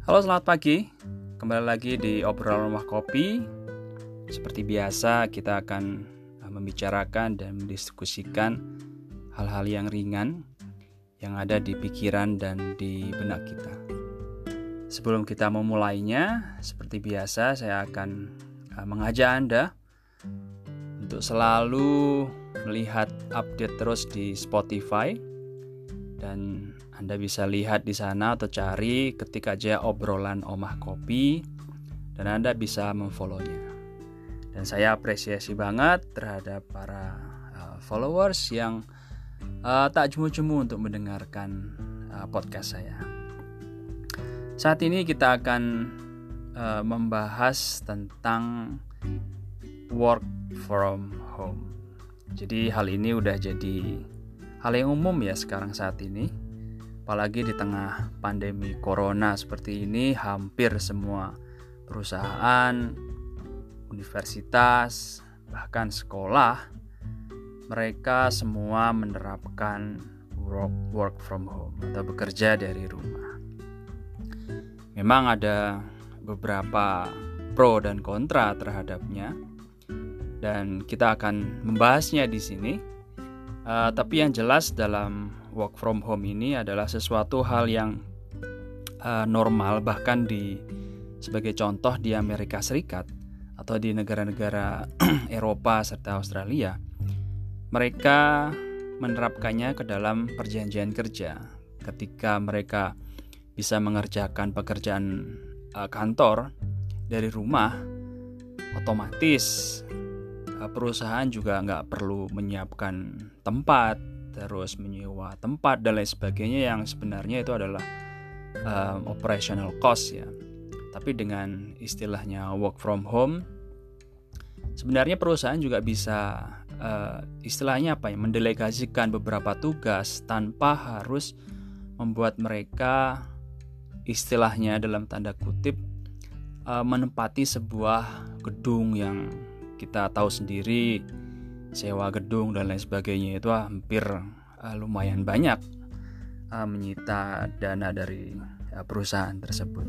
Halo, selamat pagi. Kembali lagi di obrolan rumah kopi. Seperti biasa, kita akan membicarakan dan mendiskusikan hal-hal yang ringan yang ada di pikiran dan di benak kita. Sebelum kita memulainya, seperti biasa saya akan mengajak Anda untuk selalu melihat update terus di Spotify, dan Anda bisa lihat di sana atau cari ketik aja obrolan Omah Kopi dan Anda bisa memfollownya. Dan saya apresiasi banget terhadap para followers yang tak jemu-jemu untuk mendengarkan podcast saya. Saat ini kita akan membahas tentang work from home. Jadi hal ini udah jadi hal yang umum ya sekarang saat ini. Apalagi di tengah pandemi corona seperti ini, hampir semua perusahaan, universitas, bahkan sekolah, mereka semua menerapkan work from home atau bekerja dari rumah. Memang ada beberapa pro dan kontra terhadapnya, dan kita akan membahasnya di sini. Tapi yang jelas dalam work from home ini adalah sesuatu hal yang normal, bahkan sebagai contoh di Amerika Serikat atau di negara-negara Eropa serta Australia, mereka menerapkannya ke dalam perjanjian kerja. Ketika mereka bisa mengerjakan pekerjaan kantor dari rumah, otomatis perusahaan juga nggak perlu menyiapkan tempat, terus menyewa tempat dan lain sebagainya yang sebenarnya itu adalah operational cost ya. Tapi dengan istilahnya work from home, sebenarnya perusahaan juga bisa istilahnya mendelegasikan beberapa tugas tanpa harus membuat mereka istilahnya dalam tanda kutip menempati sebuah gedung yang kita tahu sendiri, sewa gedung dan lain sebagainya itu hampir lumayan banyak menyita dana dari perusahaan tersebut.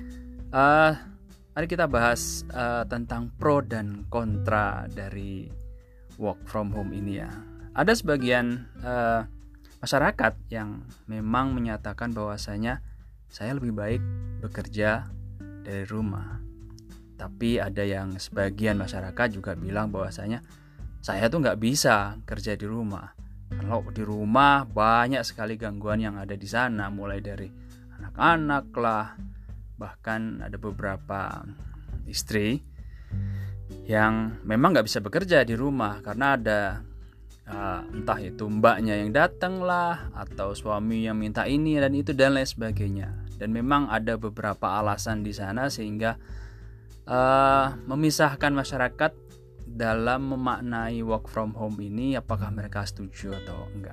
Mari kita bahas tentang pro dan kontra dari work from home ini ya. Ada sebagian masyarakat yang memang menyatakan bahwasanya saya lebih baik bekerja dari rumah. Tapi ada yang sebagian masyarakat juga bilang bahwasanya saya tuh nggak bisa kerja di rumah. Kalau di rumah banyak sekali gangguan yang ada di sana, mulai dari anak-anak lah, bahkan ada beberapa istri yang memang nggak bisa bekerja di rumah karena ada entah itu mbaknya yang datang lah, atau suami yang minta ini dan itu dan lain sebagainya. Dan memang ada beberapa alasan di sana sehingga memisahkan masyarakat dalam memaknai work from home ini, apakah mereka setuju atau enggak.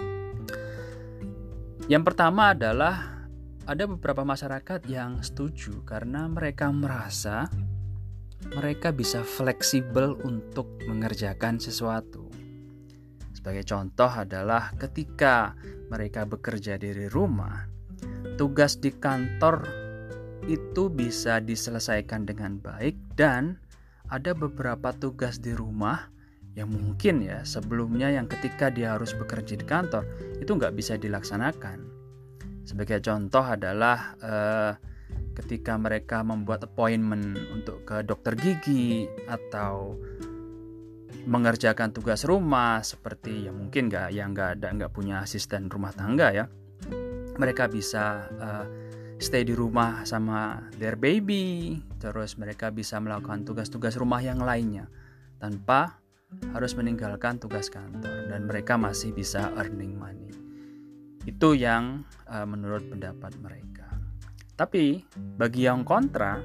Yang pertama adalah ada beberapa masyarakat yang setuju karena mereka merasa mereka bisa fleksibel untuk mengerjakan sesuatu. Sebagai contoh adalah ketika mereka bekerja dari rumah, tugas di kantor itu bisa diselesaikan dengan baik, dan ada beberapa tugas di rumah yang mungkin ya sebelumnya yang ketika dia harus bekerja di kantor itu nggak bisa dilaksanakan. Sebagai contoh adalah ketika mereka membuat appointment untuk ke dokter gigi atau mengerjakan tugas rumah seperti yang mungkin nggak punya asisten rumah tangga ya, mereka bisa stay di rumah sama their baby, terus mereka bisa melakukan tugas-tugas rumah yang lainnya tanpa harus meninggalkan tugas kantor, dan mereka masih bisa earning money. Itu yang menurut pendapat mereka. Tapi bagi yang kontra,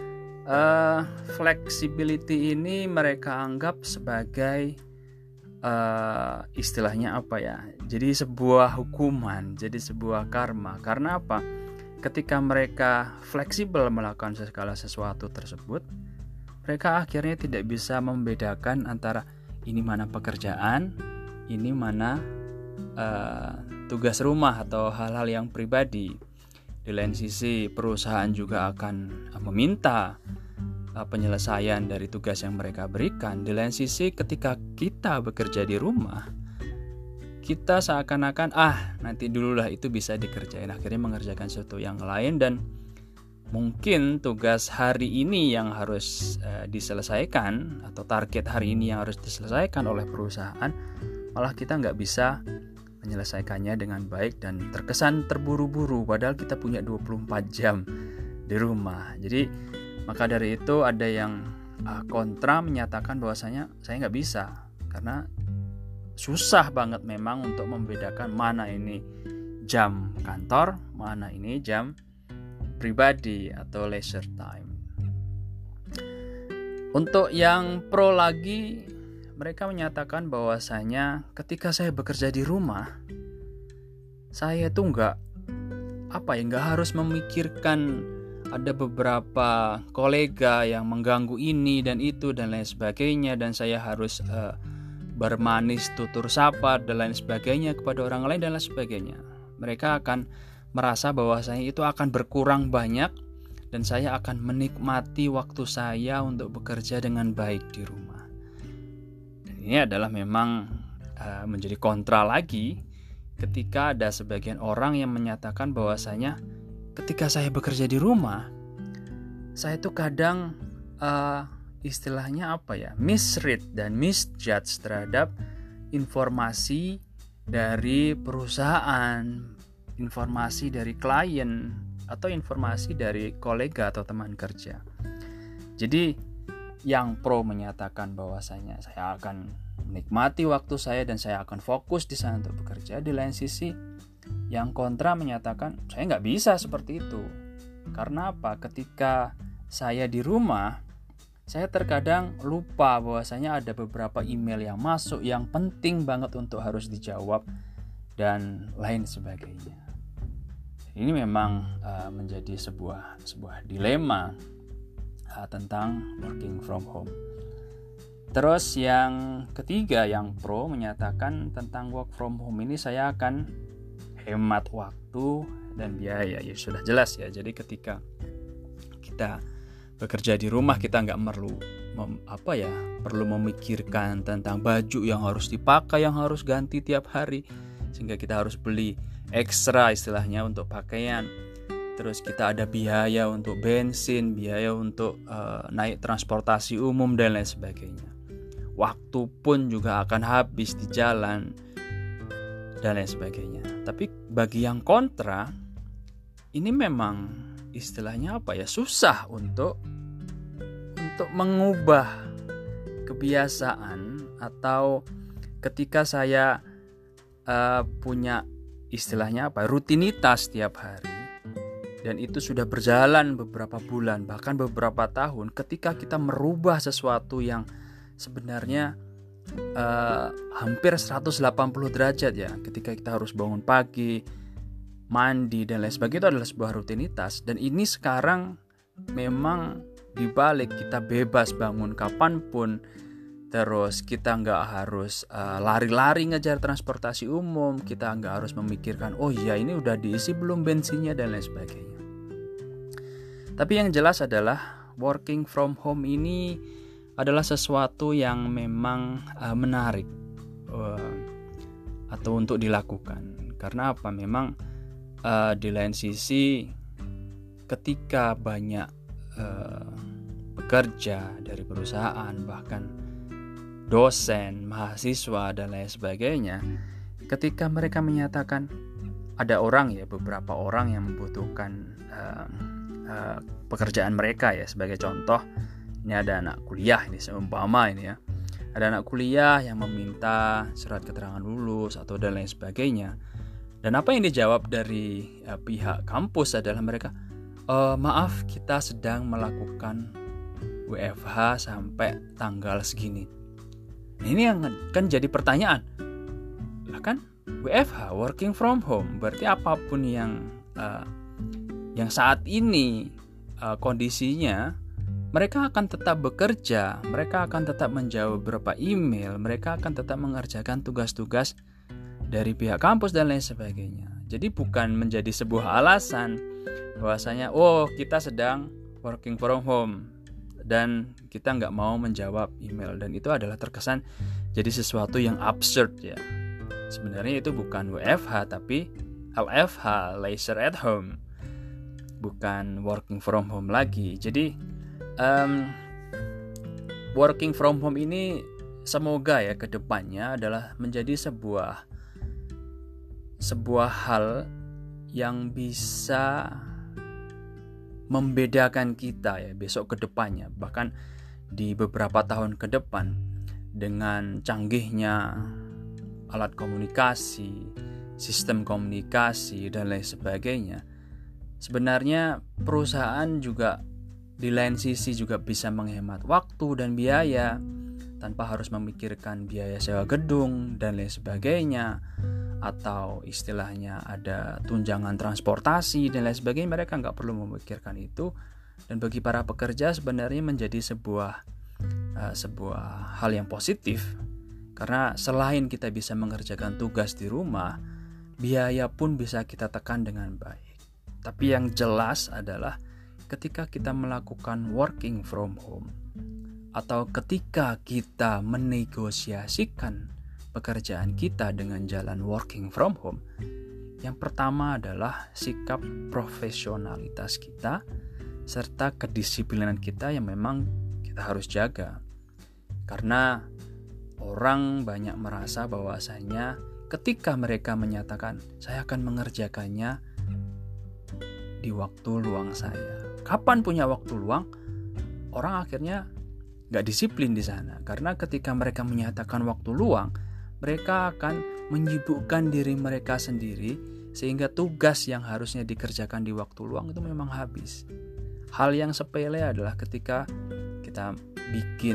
flexibility ini mereka anggap sebagai istilahnya jadi sebuah hukuman, jadi sebuah karma. Karena apa? Ketika mereka fleksibel melakukan segala sesuatu tersebut, mereka akhirnya tidak bisa membedakan antara ini mana pekerjaan, ini mana tugas rumah atau hal-hal yang pribadi. Di lain sisi perusahaan juga akan meminta penyelesaian dari tugas yang mereka berikan. Di lain sisi ketika kita bekerja di rumah, kita seakan-akan nanti dululah itu bisa dikerjain, akhirnya mengerjakan sesuatu yang lain, dan mungkin tugas hari ini yang harus diselesaikan atau target hari ini yang harus diselesaikan oleh perusahaan, malah kita nggak bisa menyelesaikannya dengan baik dan terkesan terburu-buru padahal kita punya 24 jam di rumah. Jadi maka dari itu ada yang kontra menyatakan bahwasanya saya nggak bisa, karena susah banget memang untuk membedakan mana ini jam kantor, mana ini jam pribadi atau leisure time. Untuk yang pro lagi, mereka menyatakan bahwasanya ketika saya bekerja di rumah, saya tuh nggak harus memikirkan ada beberapa kolega yang mengganggu ini dan itu dan lain sebagainya, dan saya harus bermanis tutur sapa dan lain sebagainya kepada orang lain dan lain sebagainya. Mereka akan merasa bahwasanya itu akan berkurang banyak dan saya akan menikmati waktu saya untuk bekerja dengan baik di rumah. Ini adalah memang menjadi kontra lagi ketika ada sebagian orang yang menyatakan bahwasanya ketika saya bekerja di rumah, saya tuh kadang istilahnya misread dan misjudge terhadap informasi dari perusahaan, informasi dari klien, atau informasi dari kolega atau teman kerja. Jadi yang pro menyatakan bahwasanya saya akan menikmati waktu saya dan saya akan fokus di sana untuk bekerja. Di lain sisi yang kontra menyatakan saya nggak bisa seperti itu. Karena apa? Ketika saya di rumah, saya terkadang lupa bahwasanya ada beberapa email yang masuk yang penting banget untuk harus dijawab dan lain sebagainya. Ini memang menjadi sebuah dilema tentang working from home. Terus yang ketiga, yang pro menyatakan tentang work from home ini saya akan hemat waktu dan biaya. Ya sudah jelas ya. Jadi ketika kita bekerja di rumah, kita nggak perlu memikirkan tentang baju yang harus dipakai, yang harus ganti tiap hari, sehingga kita harus beli ekstra istilahnya untuk pakaian. Terus kita ada biaya untuk bensin, biaya untuk naik transportasi umum dan lain sebagainya. Waktu pun juga akan habis di jalan dan lain sebagainya. Tapi bagi yang kontra, ini memang istilahnya susah untuk mengubah kebiasaan, atau ketika saya punya istilahnya rutinitas tiap hari, dan itu sudah berjalan beberapa bulan, bahkan beberapa tahun, ketika kita merubah sesuatu yang sebenarnya hampir 180 derajat ya, ketika kita harus bangun pagi, mandi dan lain sebagainya, itu adalah sebuah rutinitas. Dan ini sekarang memang dibalik, kita bebas bangun kapanpun, terus kita nggak harus lari-lari ngejar transportasi umum, kita nggak harus memikirkan ini udah diisi belum bensinnya dan lain sebagainya. Tapi yang jelas adalah working from home ini adalah sesuatu yang memang menarik atau untuk dilakukan. Karena apa? Memang di lain sisi ketika banyak pekerja dari perusahaan, bahkan dosen, mahasiswa dan lain sebagainya, ketika mereka menyatakan ada beberapa orang yang membutuhkan pekerjaan mereka ya, sebagai contoh, ini ada anak kuliah, ini seumpama ini ya, ada anak kuliah yang meminta surat keterangan lulus atau dan lain sebagainya, dan apa yang dijawab dari pihak kampus adalah mereka, maaf, kita sedang melakukan WFH sampai tanggal segini. Ini yang kan jadi pertanyaan, lah kan WFH, working from home, berarti apapun yang saat ini kondisinya, mereka akan tetap bekerja, mereka akan tetap menjawab beberapa email, mereka akan tetap mengerjakan tugas-tugas dari pihak kampus dan lain sebagainya. Jadi bukan menjadi sebuah alasan bahwasanya kita sedang working from home dan kita nggak mau menjawab email, dan itu adalah terkesan jadi sesuatu yang absurd ya. Sebenarnya itu bukan WFH tapi LFH, leisure at home, bukan working from home lagi. Jadi working from home ini semoga ya ke depannya adalah menjadi sebuah hal yang bisa membedakan kita ya besok ke depannya, bahkan di beberapa tahun ke depan dengan canggihnya alat komunikasi, sistem komunikasi dan lain sebagainya. Sebenarnya perusahaan juga di lain sisi juga bisa menghemat waktu dan biaya tanpa harus memikirkan biaya sewa gedung dan lain sebagainya, atau istilahnya ada tunjangan transportasi dan lain sebagainya. Mereka nggak perlu memikirkan itu, dan bagi para pekerja sebenarnya menjadi sebuah hal yang positif, karena selain kita bisa mengerjakan tugas di rumah, biaya pun bisa kita tekan dengan baik. Tapi yang jelas adalah ketika kita melakukan working from home atau ketika kita menegosiasikan pekerjaan kita dengan jalan working from home, yang pertama adalah sikap profesionalitas kita serta kedisiplinan kita yang memang kita harus jaga. Karena orang banyak merasa bahwasanya ketika mereka menyatakan saya akan mengerjakannya di waktu luang saya. Kapan punya waktu luang? Orang akhirnya gak disiplin di sana, karena ketika mereka menyatakan waktu luang, mereka akan menyibukkan diri mereka sendiri sehingga tugas yang harusnya dikerjakan di waktu luang itu memang habis. Hal yang sepele adalah ketika kita bikin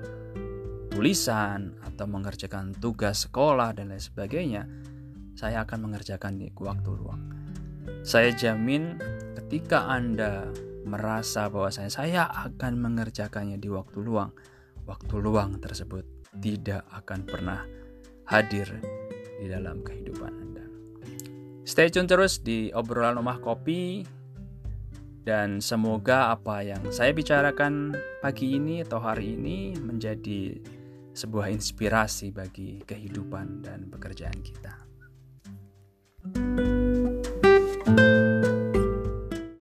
tulisan atau mengerjakan tugas sekolah dan lain sebagainya, saya akan mengerjakan di waktu luang. Saya jamin ketika Anda merasa bahwa saya akan mengerjakannya di waktu luang tersebut tidak akan pernah hadir di dalam kehidupan Anda. Stay tune terus di obrolan rumah kopi, dan semoga apa yang saya bicarakan pagi ini atau hari ini menjadi sebuah inspirasi bagi kehidupan dan pekerjaan kita.